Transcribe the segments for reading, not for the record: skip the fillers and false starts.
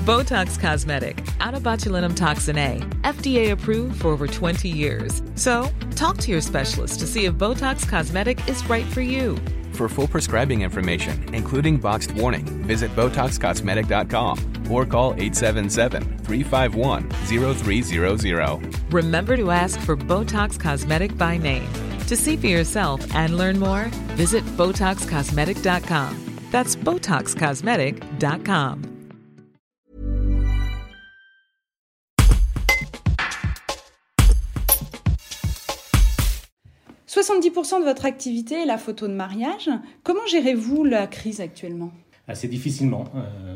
Botox Cosmetic, out of botulinum toxin A, FDA approved for over 20 years. So, talk to your specialist to see if Botox Cosmetic is right for you. For full prescribing information, including boxed warning, visit BotoxCosmetic.com or call 877-351-0300. Remember to ask for Botox Cosmetic by name. To see for yourself and learn more, visit BotoxCosmetic.com. That's BotoxCosmetic.com. 70% de votre activité est la photo de mariage. Comment gérez-vous la crise actuellement ? Assez difficilement.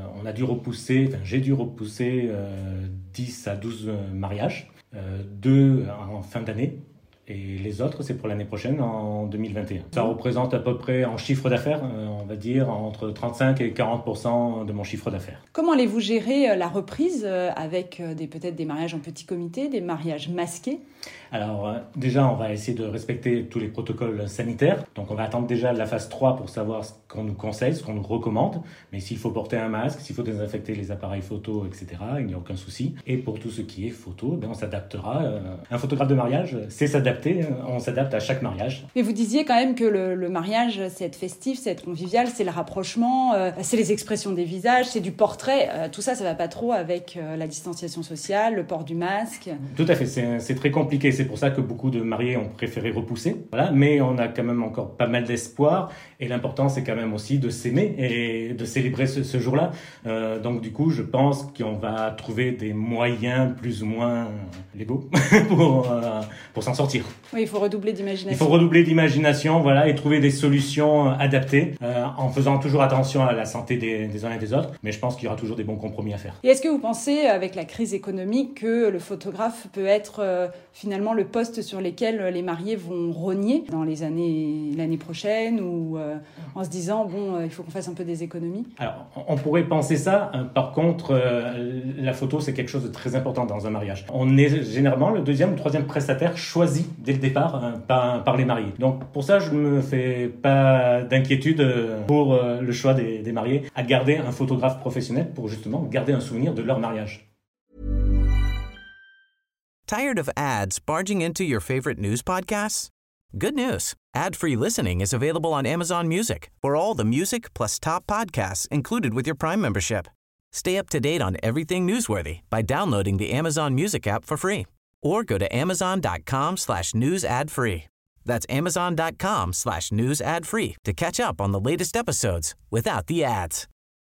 J'ai dû repousser 10 à 12 mariages, 2 en fin d'année. Et les autres, c'est pour l'année prochaine, en 2021. Ça représente à peu près, en chiffre d'affaires, on va dire, entre 35 et 40% de mon chiffre d'affaires. Comment allez-vous gérer la reprise avec peut-être des mariages en petit comité, des mariages masqués ? Alors, déjà, on va essayer de respecter tous les protocoles sanitaires. Donc, on va attendre déjà la phase 3 pour savoir ce qu'on nous conseille, ce qu'on nous recommande. Mais s'il faut porter un masque, s'il faut désinfecter les appareils photo, etc., il n'y a aucun souci. Et pour tout ce qui est photo, on s'adaptera. Un photographe de mariage, c'est s'adapter. On s'adapte à chaque mariage. Mais vous disiez quand même que le mariage, c'est être festif, c'est être convivial, c'est le rapprochement, c'est les expressions des visages, c'est du portrait. Tout ça, ça va pas trop avec la distanciation sociale, le port du masque. Tout à fait, c'est très compliqué. C'est pour ça que beaucoup de mariés ont préféré repousser. Voilà, mais on a quand même encore pas mal d'espoir. Et l'important, c'est quand même aussi de s'aimer et de célébrer ce jour-là. Donc du coup, je pense qu'on va trouver des moyens plus ou moins légaux pour s'en sortir. Oui, il faut redoubler d'imagination. Il faut redoubler d'imagination, voilà, et trouver des solutions adaptées, en faisant toujours attention à la santé des uns et des autres. Mais je pense qu'il y aura toujours des bons compromis à faire. Et est-ce que vous pensez, avec la crise économique, que le photographe peut être finalement le poste sur lequel les mariés vont rogner dans l'année prochaine, ou en se disant, il faut qu'on fasse un peu des économies ? Alors, on pourrait penser ça. Par contre, la photo, c'est quelque chose de très important dans un mariage. On est généralement le deuxième ou troisième prestataire choisi dès le départ par les mariés. Donc pour ça, je ne me fais pas d'inquiétude pour le choix des mariés à garder un photographe professionnel pour justement garder un souvenir de leur mariage. Tired of ads barging into your favorite news podcasts? Good news. Ad-free listening is available on Amazon Music for all the music plus top podcasts included with your Prime membership. Stay up to date on everything newsworthy by downloading the Amazon Music app for free. Or go to amazon.com/news ad free. That's amazon.com/news ad free to catch up on the latest episodes without the ads.